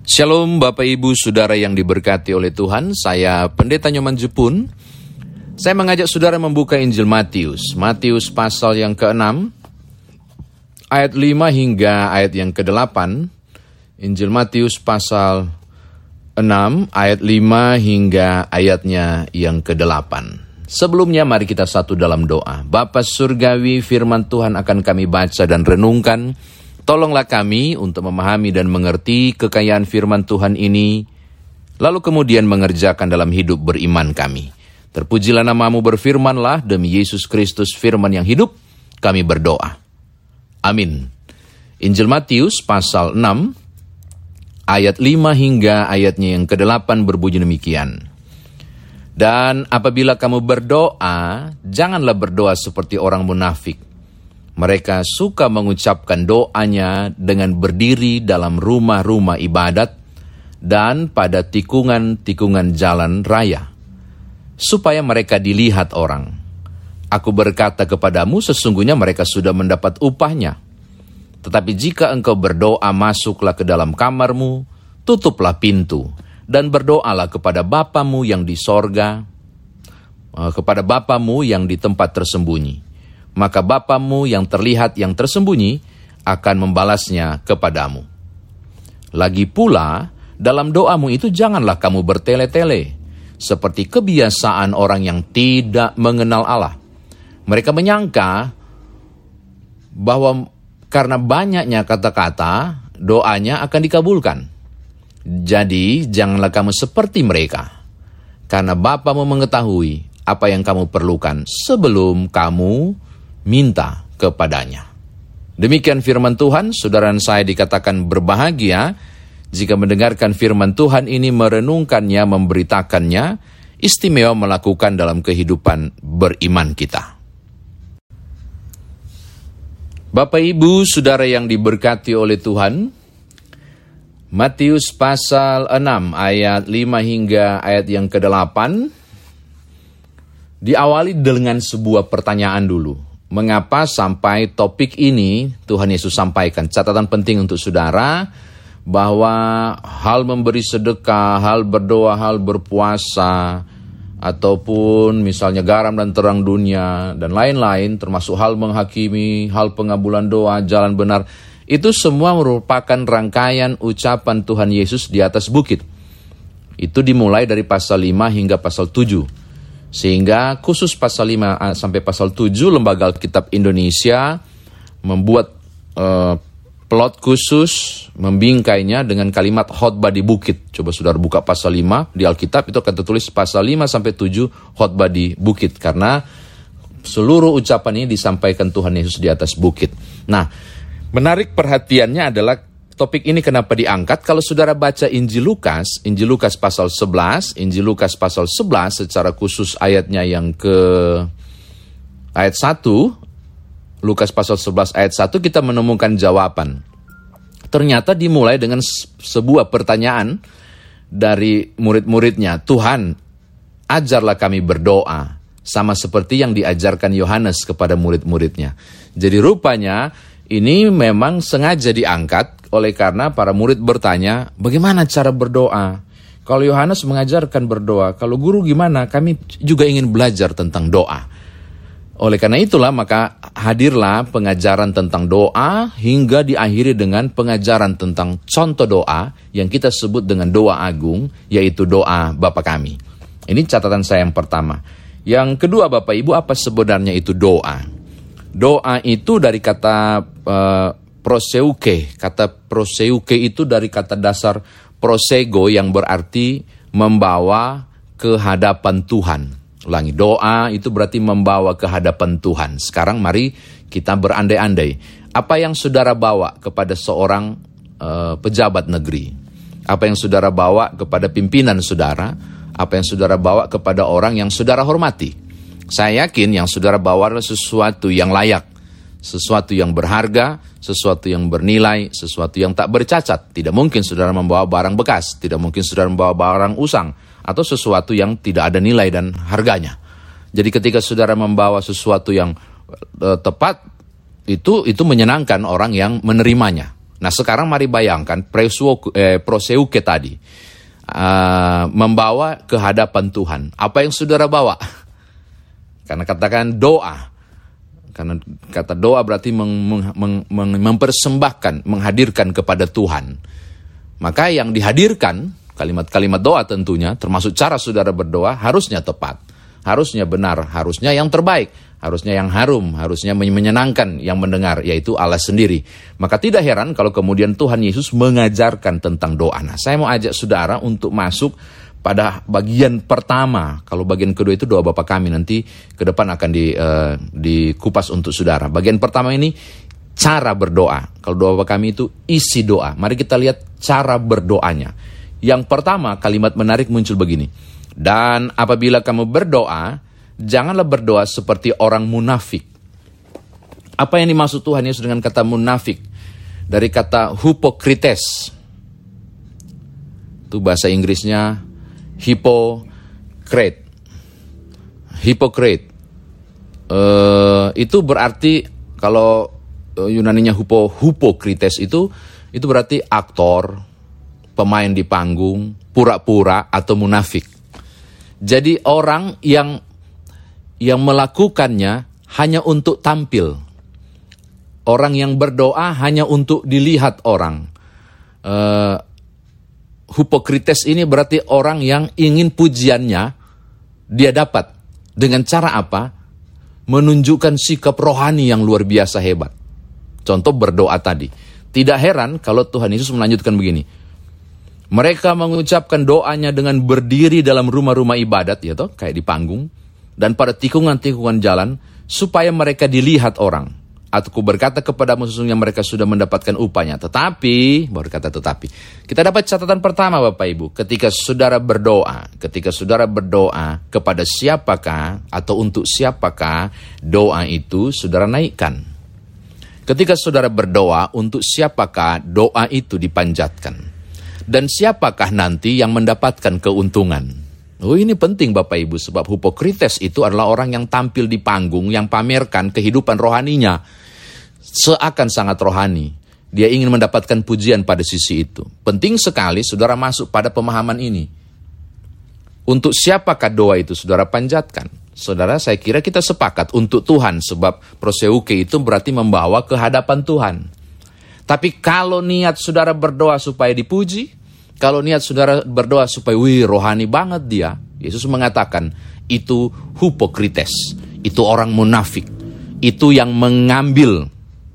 Shalom Bapak Ibu Saudara yang diberkati oleh Tuhan, saya Pendeta Nyoman Jepun. Saya mengajak saudara membuka Injil Matius. Matius pasal yang ke-6, ayat 5 hingga ayat yang ke-8. Injil Matius pasal 6, ayat 5 hingga ayatnya yang ke-8. Sebelumnya mari kita satu dalam doa. Bapa Surgawi, firman Tuhan akan kami baca dan renungkan. Tolonglah kami untuk memahami dan mengerti kekayaan firman Tuhan ini, lalu kemudian mengerjakan dalam hidup beriman kami. Terpujilah namamu, berfirmanlah, demi Yesus Kristus firman yang hidup, kami berdoa. Amin. Injil Matius pasal 6, ayat 5 hingga ayatnya yang ke-8 berbunyi demikian. Dan apabila kamu berdoa, janganlah berdoa seperti orang munafik. Mereka suka mengucapkan doanya dengan berdiri dalam rumah-rumah ibadat dan pada tikungan-tikungan jalan raya, supaya mereka dilihat orang. Aku berkata kepadamu, sesungguhnya mereka sudah mendapat upahnya. Tetapi jika engkau berdoa, masuklah ke dalam kamarmu, tutuplah pintu, dan berdoalah kepada Bapamu yang di sorga, kepada Bapamu yang di tempat tersembunyi. Maka Bapamu yang terlihat yang tersembunyi akan membalasnya kepadamu. Lagi pula, dalam doamu itu janganlah kamu bertele-tele, seperti kebiasaan orang yang tidak mengenal Allah. Mereka menyangka bahwa karena banyaknya kata-kata, doanya akan dikabulkan. Jadi, janganlah kamu seperti mereka, karena Bapamu mengetahui apa yang kamu perlukan sebelum kamu minta kepadanya. Demikian firman Tuhan. Saudara dan saya dikatakan berbahagia jika mendengarkan firman Tuhan ini, merenungkannya, memberitakannya, istimewa melakukan dalam kehidupan beriman kita. Bapak Ibu Saudara yang diberkati oleh Tuhan, Matius pasal 6 ayat 5 hingga ayat yang ke-8 diawali dengan sebuah pertanyaan dulu. Mengapa sampai topik ini Tuhan Yesus sampaikan? Catatan penting untuk saudara, bahwa hal memberi sedekah, hal berdoa, hal berpuasa, ataupun misalnya garam dan terang dunia, dan lain-lain, termasuk hal menghakimi, hal pengabulan doa, jalan benar, itu semua merupakan rangkaian ucapan Tuhan Yesus di atas bukit. Itu dimulai dari pasal 5 hingga pasal 7. Sehingga khusus pasal 5 sampai pasal 7, Lembaga Alkitab Indonesia membuat plot khusus membingkainya dengan kalimat khotbah di bukit. Coba saudara buka pasal 5 di Alkitab, itu akan tertulis pasal 5 sampai 7 khotbah di bukit. Karena seluruh ucapan ini disampaikan Tuhan Yesus di atas bukit. Nah, menarik perhatiannya adalah topik ini kenapa diangkat. Kalau saudara baca Injil Lukas pasal 11, Injil Lukas pasal 11 secara khusus ayatnya yang ke ayat 1, Lukas pasal 11 ayat 1, kita menemukan jawaban. Ternyata dimulai dengan sebuah pertanyaan dari murid-muridnya. Tuhan, ajarlah kami berdoa, sama seperti yang diajarkan Yohanes kepada murid-muridnya. Jadi rupanya ini memang sengaja diangkat oleh karena para murid bertanya, bagaimana cara berdoa? Kalau Yohanes mengajarkan berdoa, kalau guru gimana? Kami juga ingin belajar tentang doa. Oleh karena itulah maka hadirlah pengajaran tentang doa hingga diakhiri dengan pengajaran tentang contoh doa yang kita sebut dengan doa agung, yaitu doa Bapa kami. Ini catatan saya yang pertama. Yang kedua Bapak Ibu, apa sebenarnya itu doa? Doa itu dari kata proseuke. Kata proseuke itu dari kata dasar prosego yang berarti membawa ke hadapan Tuhan. Ulangi, doa itu berarti membawa ke hadapan Tuhan. Sekarang mari kita berandai-andai. Apa yang saudara bawa kepada seorang pejabat negeri? Apa yang saudara bawa kepada pimpinan saudara? Apa yang saudara bawa kepada orang yang saudara hormati? Saya yakin yang saudara bawa adalah sesuatu yang layak, sesuatu yang berharga, sesuatu yang bernilai, sesuatu yang tak bercacat. Tidak mungkin saudara membawa barang bekas, tidak mungkin saudara membawa barang usang, atau sesuatu yang tidak ada nilai dan harganya. Jadi ketika saudara membawa sesuatu yang tepat, itu menyenangkan orang yang menerimanya. Nah sekarang mari bayangkan proseuke tadi membawa ke hadapan Tuhan. Apa yang saudara bawa? Karena katakan doa. Karena kata doa berarti mempersembahkan, menghadirkan kepada Tuhan. Maka yang dihadirkan, kalimat-kalimat doa tentunya, termasuk cara saudara berdoa, harusnya tepat. Harusnya benar, harusnya yang terbaik, harusnya yang harum, harusnya menyenangkan yang mendengar, yaitu Allah sendiri. Maka tidak heran kalau kemudian Tuhan Yesus mengajarkan tentang doa. Nah, saya mau ajak saudara untuk masuk pada bagian pertama. Kalau bagian kedua itu doa Bapa Kami, nanti ke depan akan dikupas untuk saudara. Bagian pertama ini cara berdoa. Kalau doa Bapa Kami itu isi doa. Mari kita lihat cara berdoanya. Yang pertama, kalimat menarik muncul begini. Dan apabila kamu berdoa, janganlah berdoa seperti orang munafik. Apa yang dimaksud Tuhan Yesus dengan kata munafik? Dari kata hypocrites. Itu bahasa Inggrisnya hypocrite. Hypocrite. Itu berarti kalau Yunaninya hypocrites itu berarti aktor, pemain di panggung, pura-pura atau munafik. Jadi orang yang melakukannya hanya untuk tampil. Orang yang berdoa hanya untuk dilihat orang. Hypocrites ini berarti orang yang ingin pujiannya dia dapat. Dengan cara apa? Menunjukkan sikap rohani yang luar biasa hebat. Contoh berdoa tadi. Tidak heran kalau Tuhan Yesus melanjutkan begini. Mereka mengucapkan doanya dengan berdiri dalam rumah-rumah ibadat, ya toh, kayak di panggung, dan pada tikungan-tikungan jalan, supaya mereka dilihat orang. Aku berkata kepadamu sesungguhnya mereka sudah mendapatkan upahnya. Tetapi, baru kata tetapi, kita dapat catatan pertama Bapak Ibu, ketika saudara berdoa kepada siapakah atau untuk siapakah doa itu saudara naikkan. Ketika saudara berdoa untuk siapakah doa itu dipanjatkan. Dan siapakah nanti yang mendapatkan keuntungan? Oh ini penting Bapak Ibu, sebab hypocrites itu adalah orang yang tampil di panggung, yang pamerkan kehidupan rohaninya. Seakan sangat rohani. Dia ingin mendapatkan pujian pada sisi itu. Penting sekali saudara masuk pada pemahaman ini. Untuk siapakah doa itu saudara panjatkan? Saudara, saya kira kita sepakat untuk Tuhan, sebab proseuke itu berarti membawa ke hadapan Tuhan. Tapi kalau niat saudara berdoa supaya dipuji, kalau niat saudara berdoa supaya rohani banget dia, Yesus mengatakan itu hypocrites, itu orang munafik, itu yang mengambil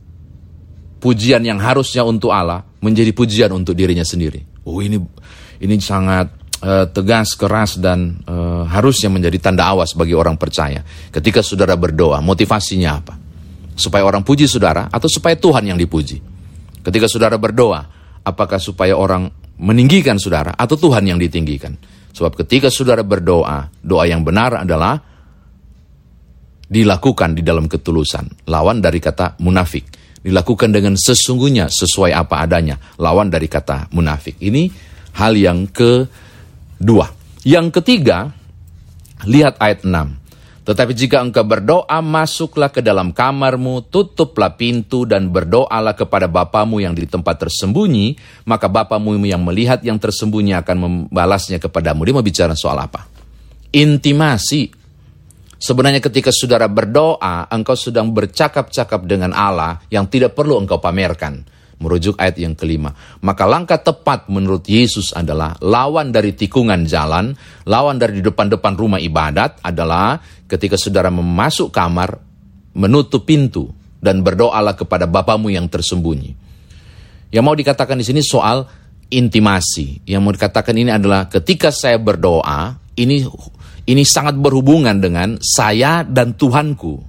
pujian yang harusnya untuk Allah menjadi pujian untuk dirinya sendiri. Oh ini sangat tegas, keras dan harusnya menjadi tanda awas bagi orang percaya. Ketika saudara berdoa, motivasinya apa? Supaya orang puji saudara atau supaya Tuhan yang dipuji? Ketika saudara berdoa, apakah supaya orang meninggikan saudara atau Tuhan yang ditinggikan? Sebab ketika saudara berdoa, doa yang benar adalah dilakukan di dalam ketulusan. Lawan dari kata munafik. Dilakukan dengan sesungguhnya sesuai apa adanya. Lawan dari kata munafik. Ini hal yang kedua. Yang ketiga, lihat ayat 6. Tetapi jika engkau berdoa, masuklah ke dalam kamarmu, tutuplah pintu dan berdoalah kepada Bapamu yang di tempat tersembunyi, maka Bapamu yang melihat yang tersembunyi akan membalasnya kepadamu. Dia mau bicara soal apa? Intimasi. Sebenarnya ketika saudara berdoa, engkau sedang bercakap-cakap dengan Allah yang tidak perlu engkau pamerkan. Merujuk ayat yang kelima. Maka langkah tepat menurut Yesus adalah lawan dari tikungan jalan, lawan dari depan-depan rumah ibadat adalah ketika saudara memasuk kamar, menutup pintu, dan berdoalah kepada Bapamu yang tersembunyi. Yang mau dikatakan di sini soal intimasi. Yang mau dikatakan ini adalah ketika saya berdoa, ini sangat berhubungan dengan saya dan Tuhanku.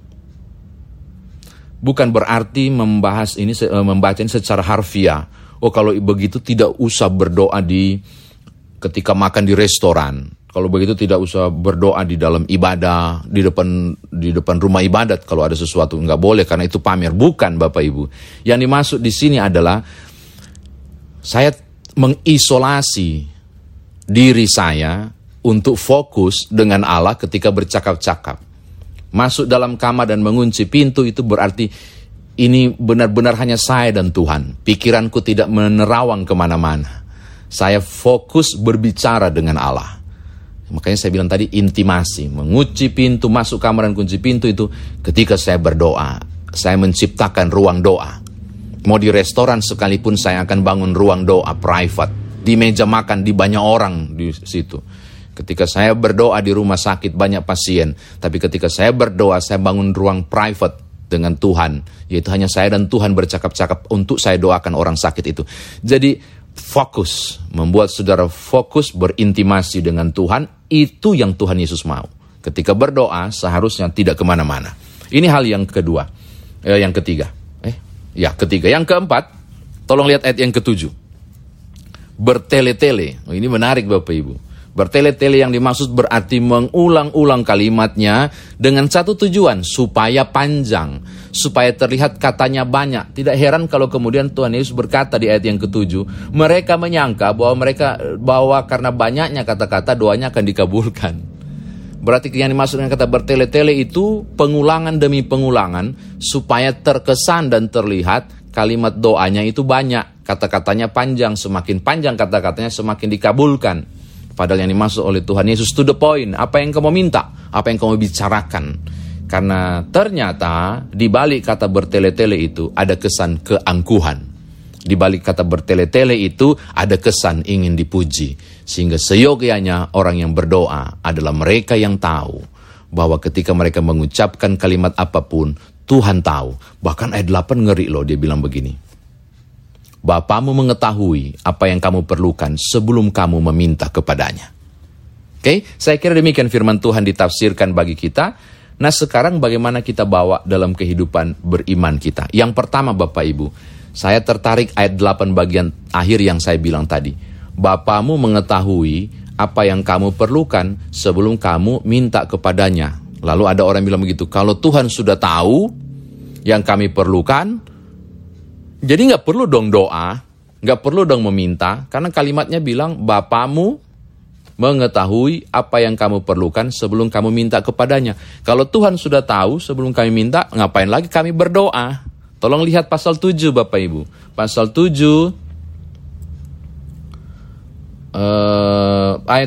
Bukan berarti membaca ini secara harfiah. Oh kalau begitu tidak usah berdoa ketika makan di restoran. Kalau begitu tidak usah berdoa di dalam ibadah, di depan rumah ibadat kalau ada sesuatu. Enggak boleh karena itu pamer. Bukan Bapak Ibu. Yang dimaksud di sini adalah saya mengisolasi diri saya untuk fokus dengan Allah ketika bercakap-cakap. Masuk dalam kamar dan mengunci pintu itu berarti ini benar-benar hanya saya dan Tuhan. Pikiranku tidak menerawang kemana-mana. Saya fokus berbicara dengan Allah. Makanya saya bilang tadi intimasi. Mengunci pintu, masuk kamar dan kunci pintu itu ketika saya berdoa. Saya menciptakan ruang doa. Mau di restoran sekalipun saya akan bangun ruang doa private. Di meja makan, di banyak orang di situ. Ketika saya berdoa di rumah sakit banyak pasien. Tapi ketika saya berdoa, saya bangun ruang private dengan Tuhan, yaitu hanya saya dan Tuhan bercakap-cakap untuk saya doakan orang sakit itu. Jadi fokus, membuat saudara fokus berintimasi dengan Tuhan, itu yang Tuhan Yesus mau. Ketika berdoa seharusnya tidak kemana-mana. Ini hal yang kedua, ketiga. Yang keempat, tolong lihat ayat yang ketujuh. Bertele-tele, ini menarik Bapak Ibu. Bertele-tele yang dimaksud berarti mengulang-ulang kalimatnya dengan satu tujuan, supaya panjang, supaya terlihat katanya banyak. Tidak heran kalau kemudian Tuhan Yesus berkata di ayat yang ketujuh, mereka menyangka bahwa karena banyaknya kata-kata doanya akan dikabulkan. Berarti yang dimaksud dengan kata bertele-tele itu pengulangan demi pengulangan, supaya terkesan dan terlihat kalimat doanya itu banyak, kata-katanya panjang, semakin panjang kata-katanya semakin dikabulkan. Padahal yang dimaksud oleh Tuhan Yesus to the point. Apa yang kamu minta? Apa yang kamu bicarakan? Karena ternyata di balik kata bertele-tele itu ada kesan keangkuhan. Di balik kata bertele-tele itu ada kesan ingin dipuji. Sehingga seyogyanya orang yang berdoa adalah mereka yang tahu bahwa ketika mereka mengucapkan kalimat apapun, Tuhan tahu. Bahkan ayat 8 ngeri loh, dia bilang begini. Bapamu mengetahui apa yang kamu perlukan sebelum kamu meminta kepadanya. Oke, saya kira demikian firman Tuhan ditafsirkan bagi kita. Nah sekarang bagaimana kita bawa dalam kehidupan beriman kita? Yang pertama Bapak Ibu, saya tertarik ayat 8 bagian akhir yang saya bilang tadi. Bapamu mengetahui apa yang kamu perlukan sebelum kamu minta kepadanya. Lalu ada orang bilang begitu, kalau Tuhan sudah tahu yang kami perlukan, jadi gak perlu dong doa, gak perlu dong meminta, karena kalimatnya bilang, Bapamu mengetahui apa yang kamu perlukan sebelum kamu minta kepadanya. Kalau Tuhan sudah tahu sebelum kami minta, ngapain lagi kami berdoa? Tolong lihat pasal 7 Bapak Ibu. Pasal 7, ayat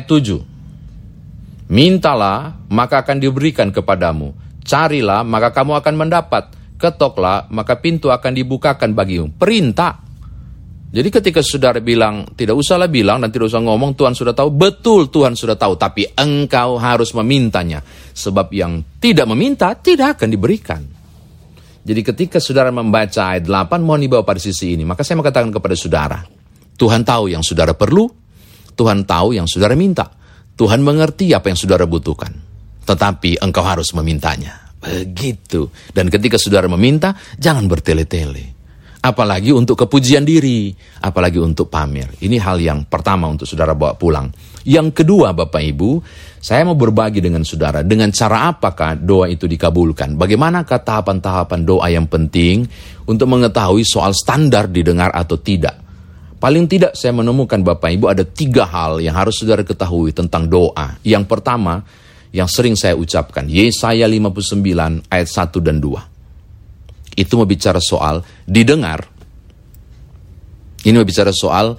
7. Mintalah, maka akan diberikan kepadamu. Carilah, maka kamu akan mendapat. Ketoklah, maka pintu akan dibukakan bagimu. Perintah. Jadi ketika saudara bilang, tidak usahlah bilang dan tidak usah ngomong, Tuhan sudah tahu. Betul, Tuhan sudah tahu. Tapi engkau harus memintanya. Sebab yang tidak meminta, tidak akan diberikan. Jadi ketika saudara membaca ayat 8, mohon dibawa pada sisi ini. Maka saya mau katakan kepada saudara, Tuhan tahu yang saudara perlu. Tuhan tahu yang saudara minta. Tuhan mengerti apa yang saudara butuhkan. Tetapi engkau harus memintanya. Begitu. Dan ketika saudara meminta, jangan bertele-tele. Apalagi untuk kepujian diri. Apalagi untuk pamer. Ini hal yang pertama untuk saudara bawa pulang. Yang kedua Bapak Ibu, saya mau berbagi dengan saudara. Dengan cara apakah doa itu dikabulkan? Bagaimanakah tahapan-tahapan doa yang penting untuk mengetahui soal standar didengar atau tidak? Paling tidak saya menemukan Bapak Ibu ada 3 hal yang harus saudara ketahui tentang doa. Yang pertama, yang sering saya ucapkan, Yesaya 59 ayat 1 dan 2. Itu membicara soal didengar. Ini membicara soal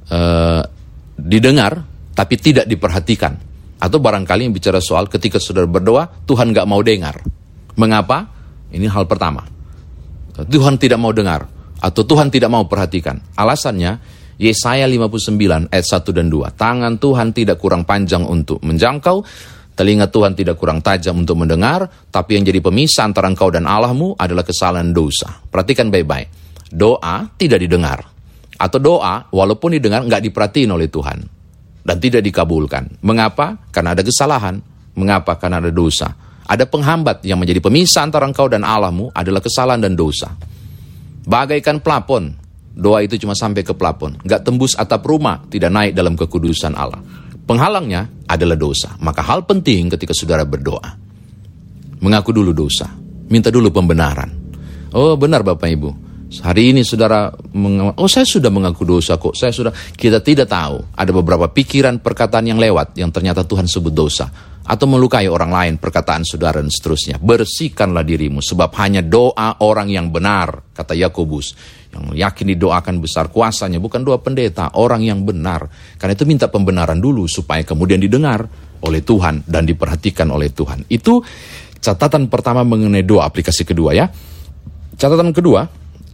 didengar tapi tidak diperhatikan. Atau barangkali yang bicara soal ketika saudara berdoa, Tuhan gak mau dengar. Mengapa? Ini hal pertama. Tuhan tidak mau dengar. Atau Tuhan tidak mau perhatikan. Alasannya, Yesaya 59 ayat 1 dan 2. Tangan Tuhan tidak kurang panjang untuk menjangkau, telinga Tuhan tidak kurang tajam untuk mendengar, tapi yang jadi pemisah antara engkau dan Allahmu adalah kesalahan dosa. Perhatikan baik-baik. Doa tidak didengar. Atau doa, walaupun didengar, nggak diperhatiin oleh Tuhan. Dan tidak dikabulkan. Mengapa? Karena ada kesalahan. Mengapa? Karena ada dosa. Ada penghambat yang menjadi pemisah antara engkau dan Allahmu adalah kesalahan dan dosa. Bagaikan plafon, doa itu cuma sampai ke plafon, gak tembus atap rumah, tidak naik dalam kekudusan Allah. Penghalangnya adalah dosa. Maka hal penting ketika saudara berdoa, mengaku dulu dosa, minta dulu pembenaran. Oh benar Bapak Ibu, hari ini saudara saya sudah mengaku dosa kok, kita tidak tahu. Ada beberapa pikiran, perkataan yang lewat yang ternyata Tuhan sebut dosa. atau melukai orang lain, perkataan saudara dan seterusnya. Bersihkanlah dirimu, sebab hanya doa orang yang benar, kata Yakobus, yang yakin didoakan besar kuasanya, bukan doa pendeta, orang yang benar. Karena itu minta pembenaran dulu supaya kemudian didengar oleh Tuhan dan diperhatikan oleh Tuhan. Itu catatan pertama mengenai doa, aplikasi kedua ya. Catatan kedua,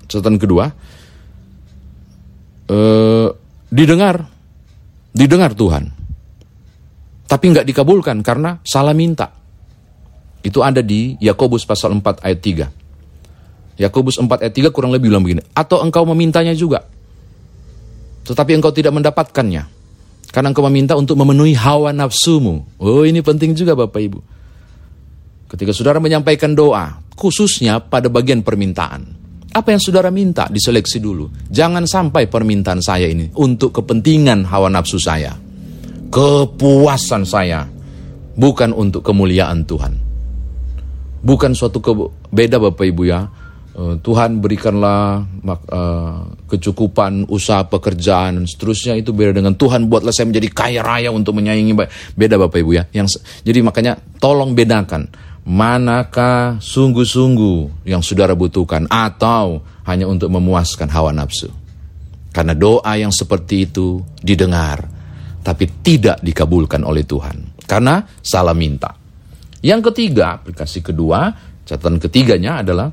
didengar Tuhan, tapi nggak dikabulkan karena salah minta. Itu ada di Yakobus pasal 4 ayat 3. Yakobus 4 ayat 3 kurang lebih bilang begini, atau engkau memintanya juga, tetapi engkau tidak mendapatkannya, karena engkau meminta untuk memenuhi hawa nafsumu. Oh, ini penting juga Bapak Ibu. Ketika saudara menyampaikan doa, khususnya pada bagian permintaan, apa yang saudara minta diseleksi dulu. Jangan sampai permintaan saya ini untuk kepentingan hawa nafsu saya, kepuasan saya, bukan untuk kemuliaan Tuhan. Bukan suatu beda Bapak Ibu ya. Tuhan berikanlah kecukupan usaha pekerjaan dan seterusnya, itu beda dengan Tuhan buatlah saya menjadi kaya raya untuk menyaingi. Beda Bapak Ibu ya. Jadi makanya tolong bedakan. Manakah sungguh-sungguh yang saudara butuhkan atau hanya untuk memuaskan hawa nafsu? Karena doa yang seperti itu didengar tapi tidak dikabulkan oleh Tuhan karena salah minta. Yang ketiga, aplikasi kedua, catatan ketiganya adalah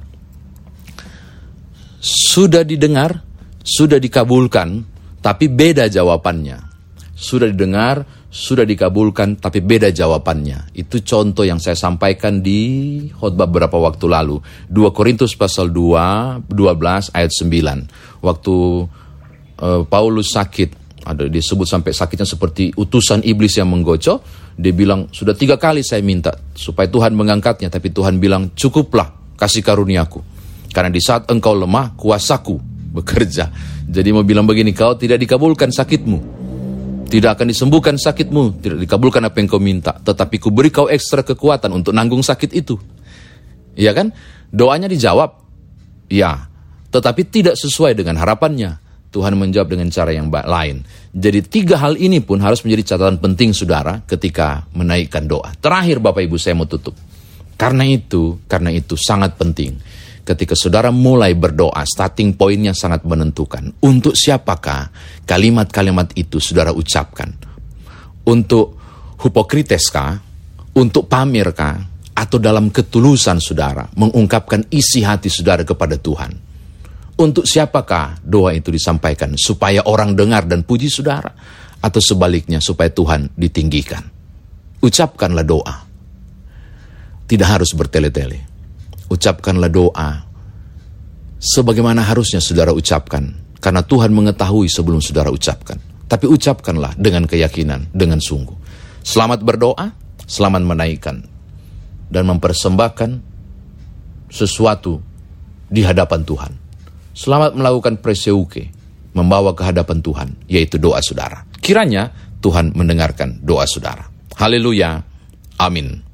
sudah didengar, sudah dikabulkan, tapi beda jawabannya. Sudah didengar, sudah dikabulkan, tapi beda jawabannya. Itu contoh yang saya sampaikan di khotbah beberapa waktu lalu. 2 Korintus pasal 2, 12 ayat 9. Waktu Paulus sakit, ada disebut sampai sakitnya seperti utusan iblis yang menggocok. Dia bilang, sudah 3 kali saya minta supaya Tuhan mengangkatnya, tapi Tuhan bilang, cukuplah kasih karuniaku. Karena di saat engkau lemah, kuasaku bekerja. Jadi mau bilang begini, kau tidak dikabulkan sakitmu, tidak akan disembuhkan sakitmu, tidak dikabulkan apa yang kau minta, tetapi ku beri kau ekstra kekuatan untuk nanggung sakit itu. Iya kan? Doanya dijawab, ya, tetapi tidak sesuai dengan harapannya. Tuhan menjawab dengan cara yang lain. Jadi 3 hal ini pun harus menjadi catatan penting saudara ketika menaikkan doa. Terakhir Bapak Ibu saya mau tutup. Karena itu sangat penting. Ketika saudara mulai berdoa, starting pointnya sangat menentukan. Untuk siapakah kalimat-kalimat itu saudara ucapkan? Untuk hipokriteska, untuk pamerkah, atau dalam ketulusan saudara mengungkapkan isi hati saudara kepada Tuhan? Untuk siapakah doa itu disampaikan? Supaya orang dengar dan puji saudara, atau sebaliknya supaya Tuhan ditinggikan? Ucapkanlah doa. Tidak harus bertele-tele. Ucapkanlah doa sebagaimana harusnya saudara ucapkan, karena Tuhan mengetahui sebelum saudara ucapkan. Tapi ucapkanlah dengan keyakinan, dengan sungguh. Selamat berdoa, selamat menaikkan dan mempersembahkan sesuatu di hadapan Tuhan. Selamat melakukan preseuke, membawa ke hadapan Tuhan, yaitu doa saudara. Kiranya Tuhan mendengarkan doa saudara. Haleluya. Amin.